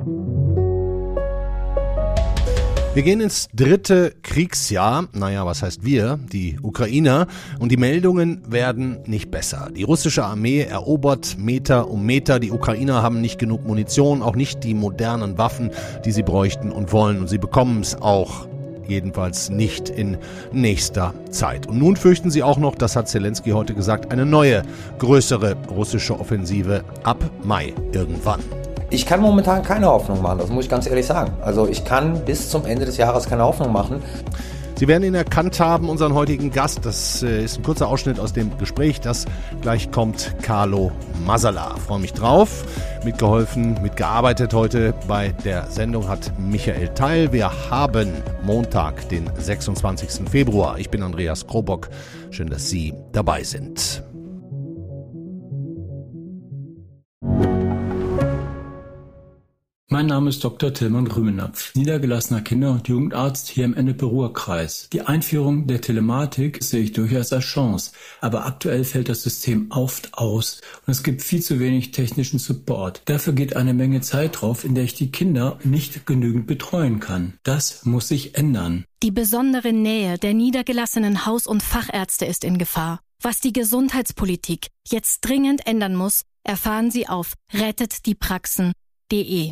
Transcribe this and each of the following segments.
Wir gehen ins 3. Kriegsjahr. Naja, was heißt wir? Die Ukrainer. Und die Meldungen werden nicht besser. Die russische Armee erobert Meter um Meter. Die Ukrainer haben nicht genug Munition, auch nicht die modernen Waffen, die sie bräuchten und wollen. Und sie bekommen es auch. Jedenfalls nicht in nächster Zeit. Und nun fürchten sie auch noch, das hat Zelensky heute gesagt, eine neue, größere russische Offensive ab Mai irgendwann. Ich kann momentan keine Hoffnung machen, das muss ich ganz ehrlich sagen. Also ich kann bis zum Ende des Jahres keine Hoffnung machen. Sie werden ihn erkannt haben, unseren heutigen Gast. Das ist ein kurzer Ausschnitt aus dem Gespräch, das gleich kommt. Carlo Masala. Freue mich drauf. Mitgearbeitet heute bei der Sendung hat Michael Theil. Wir haben Montag, den 26. Februar. Ich bin Andreas Krobock. Schön, dass Sie dabei sind. Mein Name ist Dr. Tilman Rümenapf, niedergelassener Kinder- und Jugendarzt hier im Ennepe-Ruhr-Kreis. Die Einführung der Telematik sehe ich durchaus als Chance, aber aktuell fällt das System oft aus und es gibt viel zu wenig technischen Support. Dafür geht eine Menge Zeit drauf, in der ich die Kinder nicht genügend betreuen kann. Das muss sich ändern. Die besondere Nähe der niedergelassenen Haus- und Fachärzte ist in Gefahr. Was die Gesundheitspolitik jetzt dringend ändern muss, erfahren Sie auf rettetdiepraxen.de.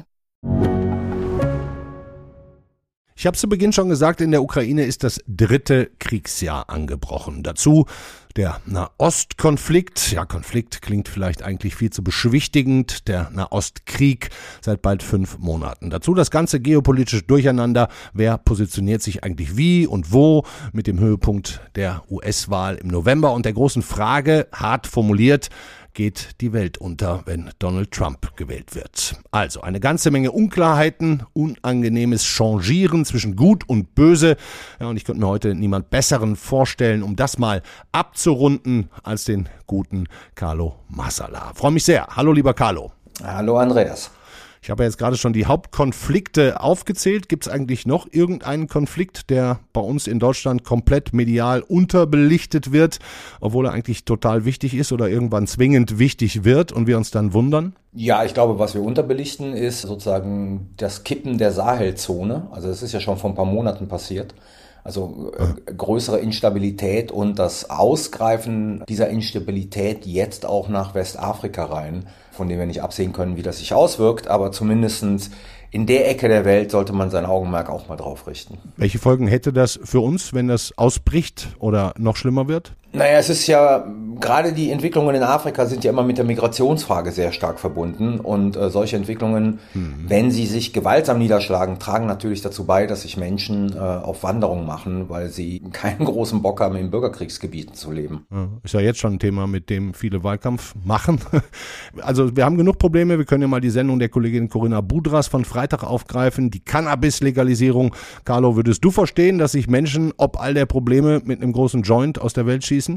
Ich habe zu Beginn schon gesagt, in der Ukraine ist das 3. Kriegsjahr angebrochen. Dazu der Nahostkonflikt. Ja, Konflikt klingt vielleicht eigentlich viel zu beschwichtigend. Der Nahostkrieg seit bald 5 Monaten. Dazu das ganze geopolitische Durcheinander. Wer positioniert sich eigentlich wie und wo mit dem Höhepunkt der US-Wahl im November und der großen Frage, hart formuliert, geht die Welt unter, wenn Donald Trump gewählt wird. Also eine ganze Menge Unklarheiten, unangenehmes Changieren zwischen Gut und Böse. Ja, und ich könnte mir heute niemand Besseren vorstellen, um das mal abzurunden, als den guten Carlo Masala. Freue mich sehr. Hallo, lieber Carlo. Hallo, Andreas. Ich habe jetzt gerade schon die Hauptkonflikte aufgezählt. Gibt es eigentlich noch irgendeinen Konflikt, der bei uns in Deutschland komplett medial unterbelichtet wird, obwohl er eigentlich total wichtig ist oder irgendwann zwingend wichtig wird und wir uns dann wundern? Ja, ich glaube, was wir unterbelichten, ist sozusagen das Kippen der Sahelzone. Also das ist ja schon vor ein paar Monaten passiert. Also größere Instabilität und das Ausgreifen dieser Instabilität jetzt auch nach Westafrika rein, von dem wir nicht absehen können, wie das sich auswirkt, aber zumindestens in der Ecke der Welt sollte man sein Augenmerk auch mal drauf richten. Welche Folgen hätte das für uns, wenn das ausbricht oder noch schlimmer wird? Naja, es ist ja, gerade die Entwicklungen in Afrika sind ja immer mit der Migrationsfrage sehr stark verbunden und solche Entwicklungen, wenn sie sich gewaltsam niederschlagen, tragen natürlich dazu bei, dass sich Menschen auf Wanderung machen, weil sie keinen großen Bock haben, in Bürgerkriegsgebieten zu leben. Ist ja jetzt schon ein Thema, mit dem viele Wahlkampf machen. Also wir haben genug Probleme, wir können ja mal die Sendung der Kollegin Corinna Budras von Freitag aufgreifen, die Cannabis-Legalisierung. Carlo, würdest du verstehen, dass sich Menschen, ob all der Probleme, mit einem großen Joint aus der Welt schießen?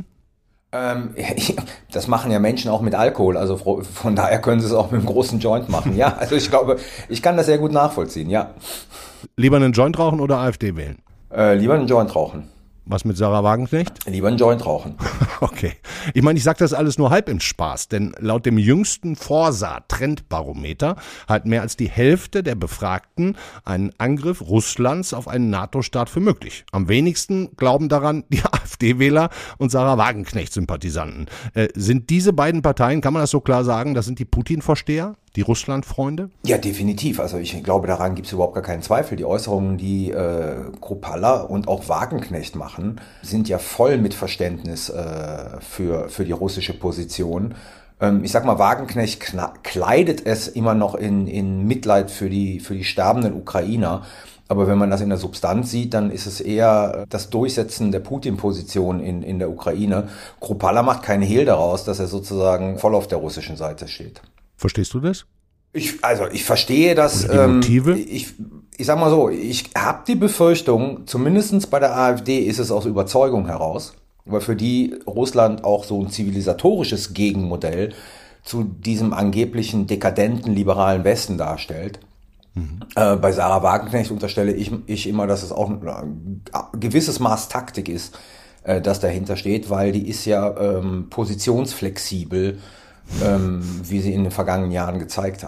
Das machen ja Menschen auch mit Alkohol, also von daher können sie es auch mit einem großen Joint machen. Ja, also ich glaube, ich kann das sehr gut nachvollziehen, ja. Lieber einen Joint rauchen oder AfD wählen? Lieber einen Joint rauchen. Was mit Sarah Wagenknecht? Lieber einen Joint rauchen. Okay. Ich meine, ich sage das alles nur halb im Spaß, denn laut dem jüngsten Forsa-Trendbarometer hat mehr als die Hälfte der Befragten einen Angriff Russlands auf einen NATO-Staat für möglich. Am wenigsten glauben daran die AfD-Wähler und Sarah Wagenknecht-Sympathisanten. Sind diese beiden Parteien, kann man das so klar sagen, das sind die Putin-Versteher? Die Russland-Freunde? Ja, definitiv. Also ich glaube, daran gibt es überhaupt gar keinen Zweifel. Die Äußerungen, die Kruppalla und auch Wagenknecht machen, sind ja voll mit Verständnis für die russische Position. Ich sag mal, Wagenknecht kleidet es immer noch in Mitleid für die sterbenden Ukrainer. Aber wenn man das in der Substanz sieht, dann ist es eher das Durchsetzen der Putin-Position in der Ukraine. Kruppalla macht keinen Hehl daraus, dass er sozusagen voll auf der russischen Seite steht. Verstehst du das? Ich verstehe das. Oder die Motive? Ich sag mal so, ich habe die Befürchtung, zumindest bei der AfD ist es aus Überzeugung heraus, weil für die Russland auch so ein zivilisatorisches Gegenmodell zu diesem angeblichen dekadenten liberalen Westen darstellt. Bei Sarah Wagenknecht unterstelle ich immer, dass es auch ein gewisses Maß Taktik ist, das dahinter steht, weil die ist ja positionsflexibel, wie sie in den vergangenen Jahren gezeigt hat.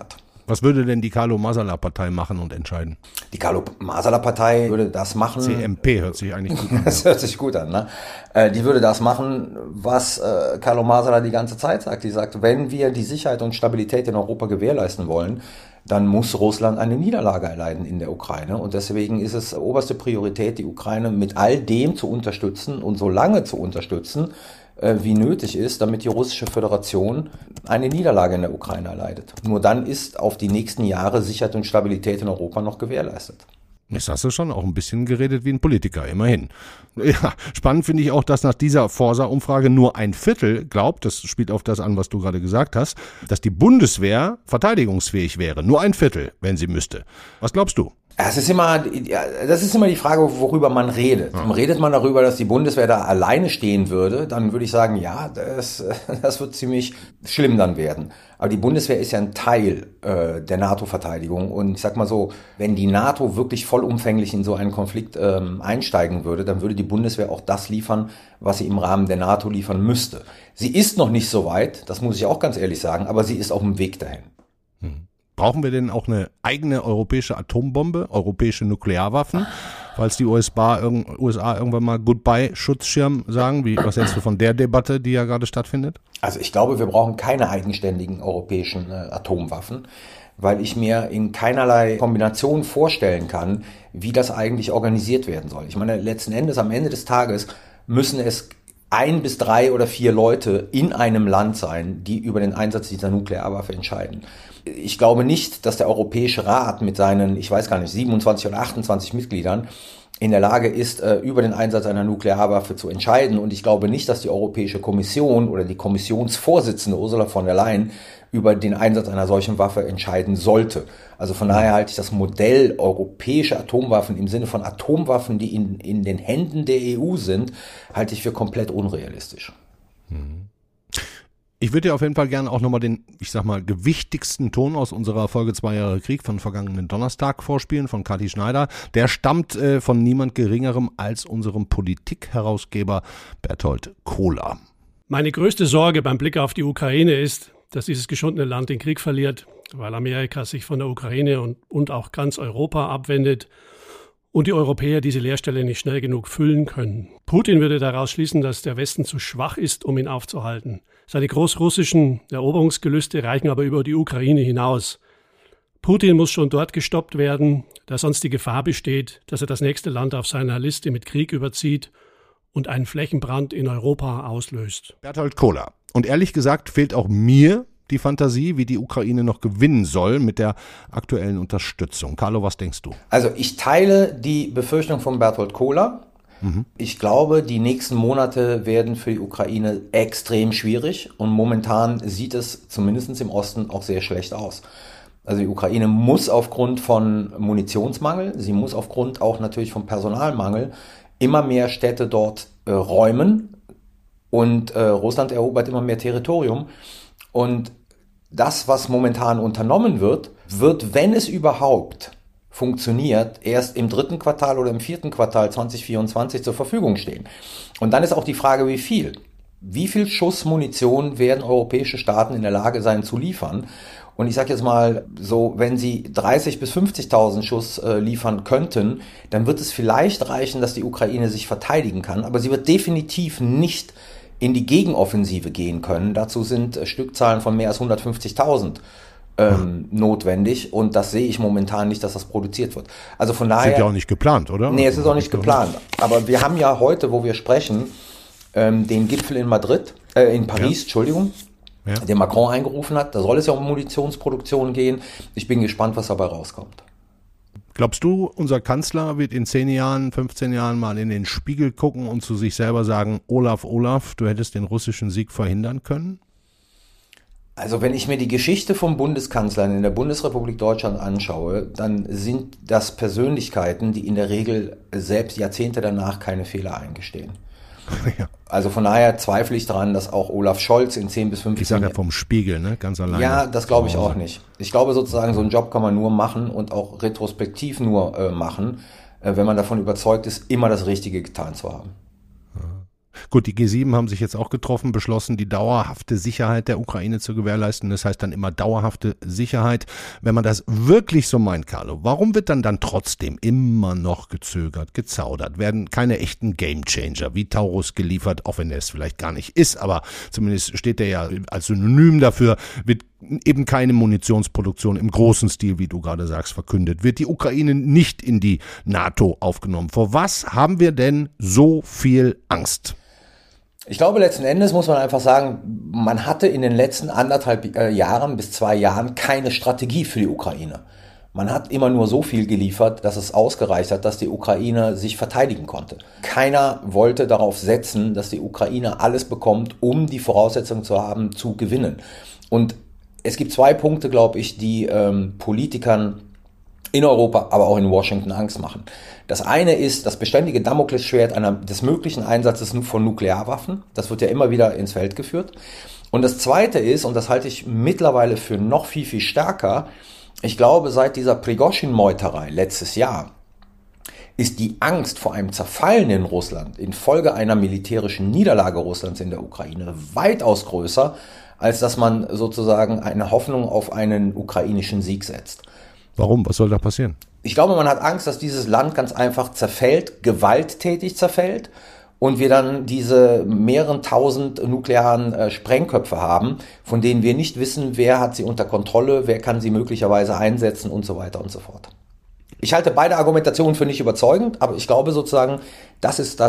Was würde denn die Carlo-Masala-Partei machen und entscheiden? Die Carlo-Masala-Partei würde das machen. CMP hört sich eigentlich gut an. Das hört sich gut an, ne? Die würde das machen, was Carlo Masala die ganze Zeit sagt. Die sagt, wenn wir die Sicherheit und Stabilität in Europa gewährleisten wollen, dann muss Russland eine Niederlage erleiden in der Ukraine. Und deswegen ist es oberste Priorität, die Ukraine mit all dem zu unterstützen und so lange zu unterstützen, wie nötig ist, damit die russische Föderation eine Niederlage in der Ukraine erleidet. Nur dann ist auf die nächsten Jahre Sicherheit und Stabilität in Europa noch gewährleistet. Jetzt hast du schon auch ein bisschen geredet wie ein Politiker, immerhin. Ja, spannend finde ich auch, dass nach dieser Forsa-Umfrage nur ein Viertel glaubt, das spielt auf das an, was du gerade gesagt hast, dass die Bundeswehr verteidigungsfähig wäre. Nur ein Viertel, wenn sie müsste. Was glaubst du? Das ist immer die Frage, worüber man redet. Ja. Redet man darüber, dass die Bundeswehr da alleine stehen würde, dann würde ich sagen, ja, das wird ziemlich schlimm dann werden. Aber die Bundeswehr ist ja ein Teil der NATO-Verteidigung. Und ich sag mal so, wenn die NATO wirklich vollumfänglich in so einen Konflikt einsteigen würde, dann würde die Bundeswehr auch das liefern, was sie im Rahmen der NATO liefern müsste. Sie ist noch nicht so weit, das muss ich auch ganz ehrlich sagen, aber sie ist auf dem Weg dahin. Brauchen wir denn auch eine eigene europäische Atombombe, europäische Nuklearwaffen, falls die USA irgendwann mal Goodbye Schutzschirm sagen? Was hältst du von der Debatte, die ja gerade stattfindet? Also ich glaube, wir brauchen keine eigenständigen europäischen Atomwaffen, weil ich mir in keinerlei Kombination vorstellen kann, wie das eigentlich organisiert werden soll. Ich meine, letzten Endes, am Ende des Tages müssen es 1 bis 3 oder 4 Leute in einem Land sein, die über den Einsatz dieser Nuklearwaffe entscheiden. Ich glaube nicht, dass der Europäische Rat mit seinen, 27 oder 28 Mitgliedern in der Lage ist, über den Einsatz einer Nuklearwaffe zu entscheiden. Und ich glaube nicht, dass die Europäische Kommission oder die Kommissionsvorsitzende Ursula von der Leyen über den Einsatz einer solchen Waffe entscheiden sollte. Also von daher halte ich das Modell europäische Atomwaffen im Sinne von Atomwaffen, die in den Händen der EU sind, halte ich für komplett unrealistisch. Ich würde dir auf jeden Fall gerne auch nochmal den, gewichtigsten Ton aus unserer Folge 2 Jahre Krieg von vergangenen Donnerstag vorspielen, von Kathi Schneider. Der stammt von niemand Geringerem als unserem Politikherausgeber Berthold Kohler. Meine größte Sorge beim Blick auf die Ukraine ist, dass dieses geschundene Land den Krieg verliert, weil Amerika sich von der Ukraine und auch ganz Europa abwendet und die Europäer diese Leerstelle nicht schnell genug füllen können. Putin würde daraus schließen, dass der Westen zu schwach ist, um ihn aufzuhalten. Seine großrussischen Eroberungsgelüste reichen aber über die Ukraine hinaus. Putin muss schon dort gestoppt werden, da sonst die Gefahr besteht, dass er das nächste Land auf seiner Liste mit Krieg überzieht und einen Flächenbrand in Europa auslöst. Berthold Kohler. Und ehrlich gesagt fehlt auch mir die Fantasie, wie die Ukraine noch gewinnen soll mit der aktuellen Unterstützung. Carlo, was denkst du? Also ich teile die Befürchtung von Berthold Kohler. Ich glaube, die nächsten Monate werden für die Ukraine extrem schwierig und momentan sieht es zumindest im Osten auch sehr schlecht aus. Also die Ukraine muss aufgrund von Munitionsmangel, sie muss aufgrund auch natürlich von Personalmangel immer mehr Städte dort räumen und Russland erobert immer mehr Territorium. Und das, was momentan unternommen wird, wenn es überhaupt funktioniert, erst im 3. Quartal oder im 4. Quartal 2024 zur Verfügung stehen. Und dann ist auch die Frage, wie viel. Wie viel Schuss Munition werden europäische Staaten in der Lage sein zu liefern? Und ich sage jetzt mal so, wenn sie 30.000 bis 50.000 Schuss liefern könnten, dann wird es vielleicht reichen, dass die Ukraine sich verteidigen kann. Aber sie wird definitiv nicht in die Gegenoffensive gehen können. Dazu sind Stückzahlen von mehr als 150.000 notwendig und das sehe ich momentan nicht, dass das produziert wird. Also von daher... Ist ja auch nicht geplant, oder? Nee, es ist auch nicht geplant. Aber wir haben ja heute, wo wir sprechen, den Gipfel in Paris, ja. Entschuldigung, ja. Den Macron eingerufen hat. Da soll es ja um Munitionsproduktion gehen. Ich bin gespannt, was dabei rauskommt. Glaubst du, unser Kanzler wird in 10 Jahren, 15 Jahren mal in den Spiegel gucken und zu sich selber sagen, Olaf, du hättest den russischen Sieg verhindern können? Also wenn ich mir die Geschichte von Bundeskanzlern in der Bundesrepublik Deutschland anschaue, dann sind das Persönlichkeiten, die in der Regel selbst Jahrzehnte danach keine Fehler eingestehen. Ja. Also von daher zweifle ich daran, dass auch Olaf Scholz in 10 bis 15 Jahren... Ich sage ja vom Spiegel, ne? Ganz alleine. Ja, das glaube ich auch nicht. Ich glaube sozusagen, so einen Job kann man nur machen und auch retrospektiv nur machen, wenn man davon überzeugt ist, immer das Richtige getan zu haben. Gut, die G7 haben sich jetzt auch getroffen, beschlossen, die dauerhafte Sicherheit der Ukraine zu gewährleisten. Das heißt dann immer dauerhafte Sicherheit. Wenn man das wirklich so meint, Carlo, warum wird dann trotzdem immer noch gezögert, gezaudert? Werden keine echten Gamechanger wie Taurus geliefert, auch wenn er es vielleicht gar nicht ist, aber zumindest steht der ja als Synonym dafür, wird eben keine Munitionsproduktion im großen Stil, wie du gerade sagst, verkündet. Wird die Ukraine nicht in die NATO aufgenommen? Vor was haben wir denn so viel Angst? Ich glaube, letzten Endes muss man einfach sagen, man hatte in den letzten 1,5 Jahren bis 2 Jahren keine Strategie für die Ukraine. Man hat immer nur so viel geliefert, dass es ausgereicht hat, dass die Ukraine sich verteidigen konnte. Keiner wollte darauf setzen, dass die Ukraine alles bekommt, um die Voraussetzungen zu haben, zu gewinnen. Und es gibt 2 Punkte, glaube ich, die Politikern in Europa, aber auch in Washington Angst machen. Das eine ist das beständige Damoklesschwert des möglichen Einsatzes von Nuklearwaffen. Das wird ja immer wieder ins Feld geführt. Und das zweite ist, und das halte ich mittlerweile für noch viel, viel stärker, ich glaube, seit dieser Prigoschin-Meuterei letztes Jahr ist die Angst vor einem Zerfallen in Russland infolge einer militärischen Niederlage Russlands in der Ukraine weitaus größer, als dass man sozusagen eine Hoffnung auf einen ukrainischen Sieg setzt. Warum? Was soll da passieren? Ich glaube, man hat Angst, dass dieses Land ganz einfach zerfällt, gewalttätig zerfällt und wir dann diese mehreren tausend nuklearen Sprengköpfe haben, von denen wir nicht wissen, wer hat sie unter Kontrolle, wer kann sie möglicherweise einsetzen und so weiter und so fort. Ich halte beide Argumentationen für nicht überzeugend, aber ich glaube sozusagen, das ist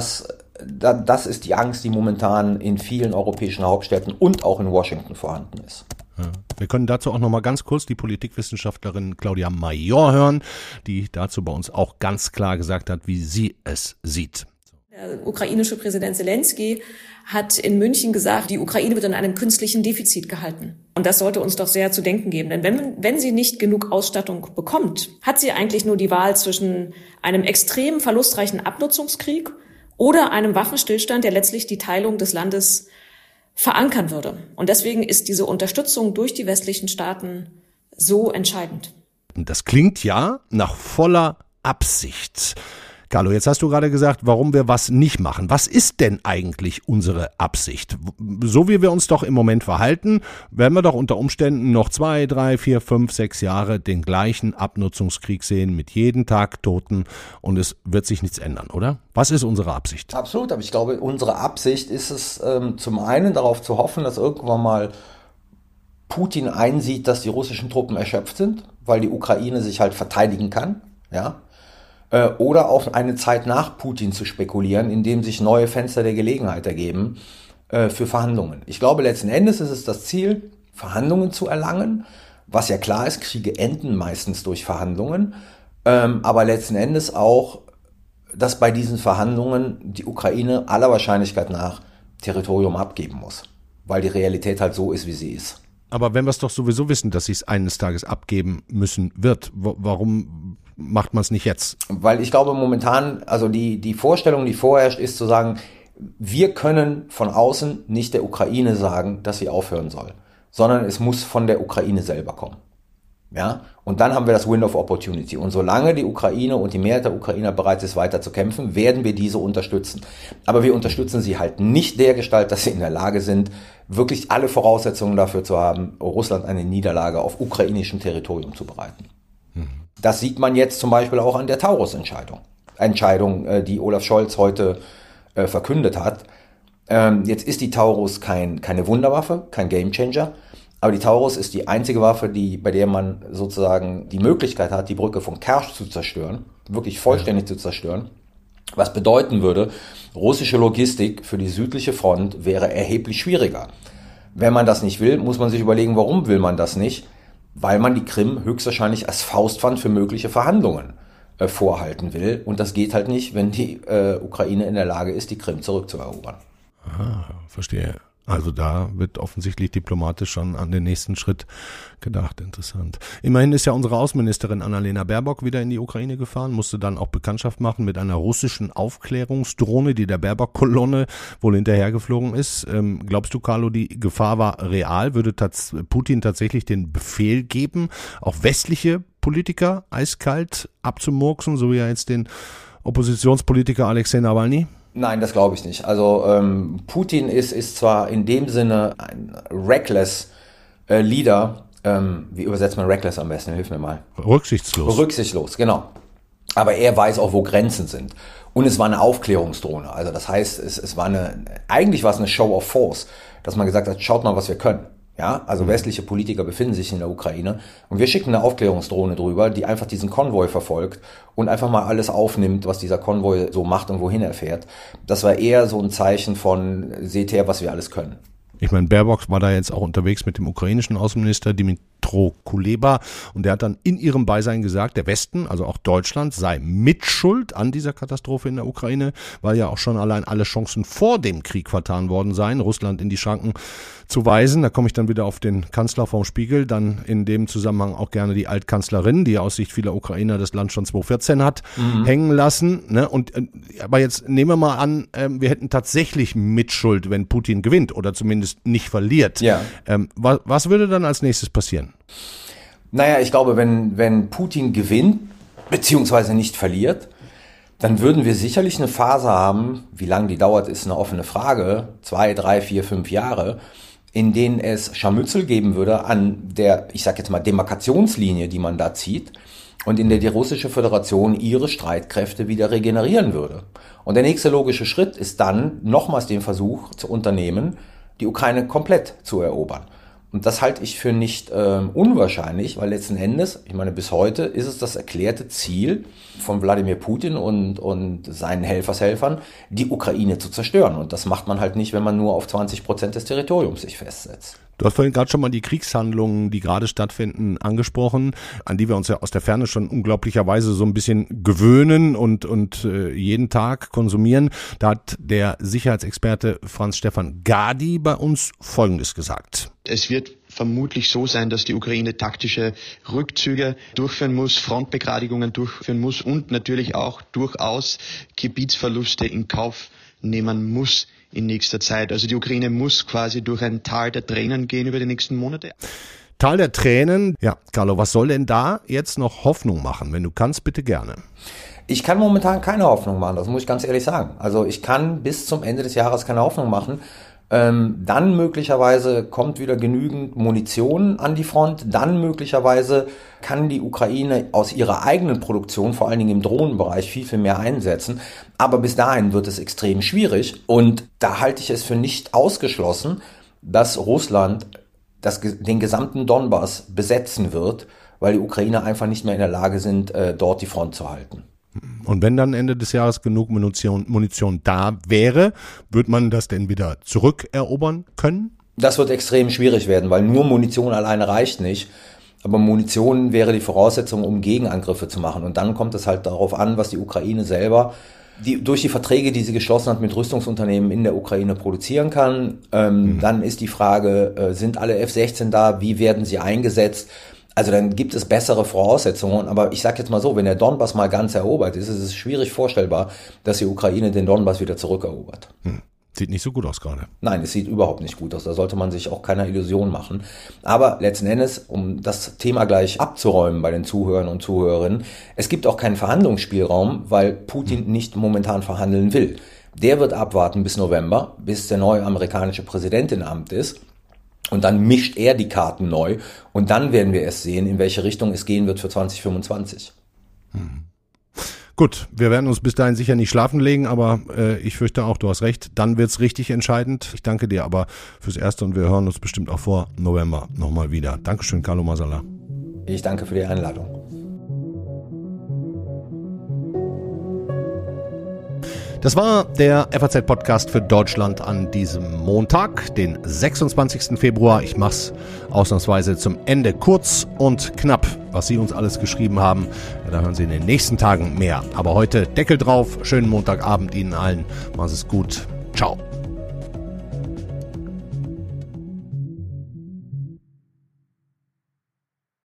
die Angst, die momentan in vielen europäischen Hauptstädten und auch in Washington vorhanden ist. Ja. Wir können dazu auch noch mal ganz kurz die Politikwissenschaftlerin Claudia Major hören, die dazu bei uns auch ganz klar gesagt hat, wie sie es sieht. Der ukrainische Präsident Zelensky hat in München gesagt, die Ukraine wird in einem künstlichen Defizit gehalten. Und das sollte uns doch sehr zu denken geben. Denn wenn sie nicht genug Ausstattung bekommt, hat sie eigentlich nur die Wahl zwischen einem extrem verlustreichen Abnutzungskrieg oder einem Waffenstillstand, der letztlich die Teilung des Landes verankern würde. Und deswegen ist diese Unterstützung durch die westlichen Staaten so entscheidend. Das klingt ja nach voller Absicht. Carlo, jetzt hast du gerade gesagt, warum wir was nicht machen. Was ist denn eigentlich unsere Absicht? So wie wir uns doch im Moment verhalten, werden wir doch unter Umständen noch 2, 3, 4, 5, 6 Jahre den gleichen Abnutzungskrieg sehen mit jedem Tag Toten und es wird sich nichts ändern, oder? Was ist unsere Absicht? Absolut, aber ich glaube, unsere Absicht ist es zum einen darauf zu hoffen, dass irgendwann mal Putin einsieht, dass die russischen Truppen erschöpft sind, weil die Ukraine sich halt verteidigen kann, ja. Oder auf eine Zeit nach Putin zu spekulieren, indem sich neue Fenster der Gelegenheit ergeben für Verhandlungen. Ich glaube, letzten Endes ist es das Ziel, Verhandlungen zu erlangen, was ja klar ist, Kriege enden meistens durch Verhandlungen, aber letzten Endes auch, dass bei diesen Verhandlungen die Ukraine aller Wahrscheinlichkeit nach Territorium abgeben muss, weil die Realität halt so ist, wie sie ist. Aber wenn wir es doch sowieso wissen, dass sie es eines Tages abgeben müssen wird, warum macht man es nicht jetzt? Weil ich glaube momentan, also die Vorstellung, die vorherrscht, ist zu sagen, wir können von außen nicht der Ukraine sagen, dass sie aufhören soll, sondern es muss von der Ukraine selber kommen. Ja? Und dann haben wir das Window of Opportunity. Und solange die Ukraine und die Mehrheit der Ukrainer bereit ist, weiter zu kämpfen, werden wir diese unterstützen. Aber wir unterstützen sie halt nicht dergestalt, dass sie in der Lage sind, wirklich alle Voraussetzungen dafür zu haben, Russland eine Niederlage auf ukrainischem Territorium zu bereiten. Das sieht man jetzt zum Beispiel auch an der Taurus-Entscheidung, die Olaf Scholz heute verkündet hat. Jetzt ist die Taurus keine Wunderwaffe, kein Gamechanger, aber die Taurus ist die einzige Waffe, bei der man sozusagen die Möglichkeit hat, die Brücke von Kerch zu zerstören, wirklich vollständig zu zerstören. Was bedeuten würde, russische Logistik für die südliche Front wäre erheblich schwieriger. Wenn man das nicht will, muss man sich überlegen, warum will man das nicht? Weil man die Krim höchstwahrscheinlich als Faustpfand für mögliche Verhandlungen vorhalten will. Und das geht halt nicht, wenn die Ukraine in der Lage ist, die Krim zurückzuerobern. Aha, verstehe. Also da wird offensichtlich diplomatisch schon an den nächsten Schritt gedacht. Interessant. Immerhin ist ja unsere Außenministerin Annalena Baerbock wieder in die Ukraine gefahren, musste dann auch Bekanntschaft machen mit einer russischen Aufklärungsdrohne, die der Baerbock-Kolonne wohl hinterhergeflogen ist. Glaubst du, Carlo, die Gefahr war real? Würde Putin tatsächlich den Befehl geben, auch westliche Politiker eiskalt abzumurksen, so wie ja jetzt den Oppositionspolitiker Alexei Nawalny? Nein, das glaube ich nicht. Also Putin ist zwar in dem Sinne ein reckless Leader. Wie übersetzt man reckless am besten? Hilf mir mal. Rücksichtslos, genau. Aber er weiß auch, wo Grenzen sind. Und es war eine Aufklärungsdrohne. Also das heißt, eigentlich war es eine Show of Force, dass man gesagt hat, schaut mal, was wir können. Ja, also westliche Politiker befinden sich in der Ukraine und wir schicken eine Aufklärungsdrohne drüber, die einfach diesen Konvoi verfolgt und einfach mal alles aufnimmt, was dieser Konvoi so macht und wohin er fährt. Das war eher so ein Zeichen von, seht her, was wir alles können. Ich meine, Baerbock war da jetzt auch unterwegs mit dem ukrainischen Außenminister Dmytro Kuleba und der hat dann in ihrem Beisein gesagt, der Westen, also auch Deutschland, sei mitschuld an dieser Katastrophe in der Ukraine, weil ja auch schon allein alle Chancen vor dem Krieg vertan worden seien, Russland in die Schranken zu weisen. Da komme ich dann wieder auf den Kanzler vom Spiegel, dann in dem Zusammenhang auch gerne die Altkanzlerin, die aus Sicht vieler Ukrainer das Land schon 2014 hat hängen lassen. Ne? Aber jetzt nehmen wir mal an, wir hätten tatsächlich Mitschuld, wenn Putin gewinnt oder zumindest nicht verliert. Ja. Was würde dann als nächstes passieren? Naja, ich glaube, wenn Putin gewinnt, beziehungsweise nicht verliert, dann würden wir sicherlich eine Phase haben, wie lange die dauert, ist eine offene Frage, 2, 3, 4, 5 Jahre, in denen es Scharmützel geben würde an der, ich sag jetzt mal, Demarkationslinie, die man da zieht und in der die russische Föderation ihre Streitkräfte wieder regenerieren würde. Und der nächste logische Schritt ist dann nochmals den Versuch zu unternehmen, die Ukraine komplett zu erobern. Und das halte ich für nicht unwahrscheinlich, weil letzten Endes, ich meine, bis heute ist es das erklärte Ziel von Wladimir Putin und seinen Helfershelfern, die Ukraine zu zerstören. Und das macht man halt nicht, wenn man nur auf 20% des Territoriums sich festsetzt. Du hast vorhin gerade schon mal die Kriegshandlungen, die gerade stattfinden, angesprochen, an die wir uns ja aus der Ferne schon unglaublicherweise so ein bisschen gewöhnen und jeden Tag konsumieren. Da hat der Sicherheitsexperte Franz-Stefan Gadi bei uns Folgendes gesagt. Es wird vermutlich so sein, dass die Ukraine taktische Rückzüge durchführen muss, Frontbegradigungen durchführen muss und natürlich auch durchaus Gebietsverluste in Kauf nehmen muss in nächster Zeit. Also die Ukraine muss quasi durch ein Tal der Tränen gehen über die nächsten Monate. Tal der Tränen. Ja, Carlo, was soll denn da jetzt noch Hoffnung machen? Wenn du kannst, bitte gerne. Ich kann momentan keine Hoffnung machen, das muss ich ganz ehrlich sagen. Also ich kann bis zum Ende des Jahres keine Hoffnung machen. Dann möglicherweise kommt wieder genügend Munition an die Front. Dann möglicherweise kann die Ukraine aus ihrer eigenen Produktion, vor allen Dingen im Drohnenbereich, viel, viel mehr einsetzen. Aber bis dahin wird es extrem schwierig. Und da halte ich es für nicht ausgeschlossen, dass Russland den gesamten Donbass besetzen wird, weil die Ukrainer einfach nicht mehr in der Lage sind, dort die Front zu halten. Und wenn dann Ende des Jahres genug Munition da wäre, wird man das denn wieder zurückerobern können? Das wird extrem schwierig werden, weil nur Munition alleine reicht nicht. Aber Munition wäre die Voraussetzung, um Gegenangriffe zu machen. Und dann kommt es halt darauf an, was die Ukraine selber durch die Verträge, die sie geschlossen hat mit Rüstungsunternehmen in der Ukraine produzieren kann. Dann ist die Frage, sind alle F-16 da? Wie werden sie eingesetzt? Also dann gibt es bessere Voraussetzungen, aber ich sage jetzt mal so, wenn der Donbass mal ganz erobert ist, ist es schwierig vorstellbar, dass die Ukraine den Donbass wieder zurückerobert. Sieht nicht so gut aus gerade. Nein, es sieht überhaupt nicht gut aus, da sollte man sich auch keiner Illusion machen. Aber letzten Endes, um das Thema gleich abzuräumen bei den Zuhörern und Zuhörerinnen, es gibt auch keinen Verhandlungsspielraum, weil Putin nicht momentan verhandeln will. Der wird abwarten bis November, bis der neue amerikanische Präsident in Amt ist. Und dann mischt er die Karten neu und dann werden wir erst sehen, in welche Richtung es gehen wird für 2025. Gut, wir werden uns bis dahin sicher nicht schlafen legen, aber ich fürchte auch, du hast recht, dann wird's richtig entscheidend. Ich danke dir aber fürs Erste und wir hören uns bestimmt auch vor November nochmal wieder. Dankeschön, Carlo Masala. Ich danke für die Einladung. Das war der FAZ-Podcast für Deutschland an diesem Montag, den 26. Februar. Ich mach's ausnahmsweise zum Ende kurz und knapp. Was Sie uns alles geschrieben haben, ja, da hören Sie in den nächsten Tagen mehr. Aber heute Deckel drauf. Schönen Montagabend Ihnen allen. Machen Sie es gut. Ciao.